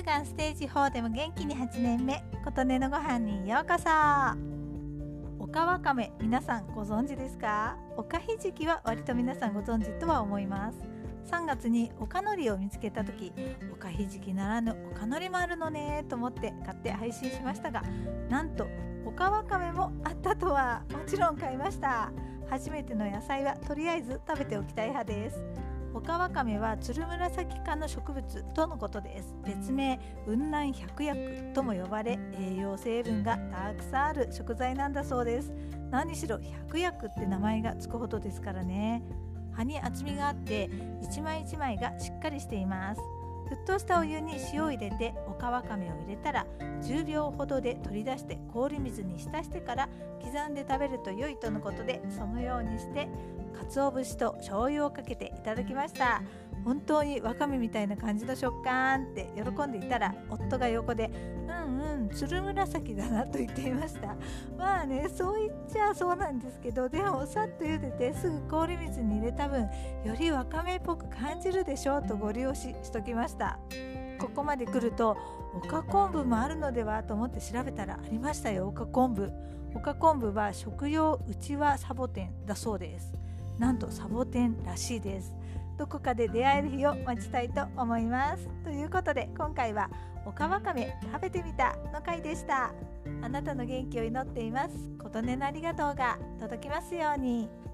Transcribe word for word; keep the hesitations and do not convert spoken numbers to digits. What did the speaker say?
間ステージフォーでも元気にはちねんめ、琴音のご飯にようこそ。オカワカメ、皆さんご存知ですか？オカヒジキは割と皆さんご存知とは思います。さんがつにオカノリを見つけた時、オカヒジキならぬオカノリもあるのねと思って買って配信しましたが、なんとオカワカメもあったとは。もちろん買いました。初めての野菜はとりあえず食べておきたい派です。オカワカメはツルムラサキ科の植物とのことです。別名雲南百薬とも呼ばれ、栄養成分がたくさんある食材なんだそうです。何しろ百薬って名前がつくほどですからね。葉に厚みがあって一枚一枚がしっかりしています。沸騰したお湯に塩を入れてオカワカメを入れたらじゅうびょうほどで取り出して氷水に浸してから刻んで食べると良いとのことで、そのようにして鰹節と醤油をかけていただきました。本当にわかめみたいな感じの食感って喜んでいたら、夫が横でうんうんつるむらさきだなと言っていました。まあね、そう言っちゃそうなんですけど、でもさっと茹でてすぐ氷水に入れた分、よりわかめっぽく感じるでしょうとご利用ししときました。ここまで来るとオカ昆布もあるのではと思って調べたらありましたよ。オカ昆布オカ昆布は食用うちわサボテンだそうです。なんとサボテンらしいです。どこかで出会える日を待ちたいと思います。ということで今回はオカワカメ食べてみたの回でした。あなたの元気を祈っています。琴音のありがとうが届きますように。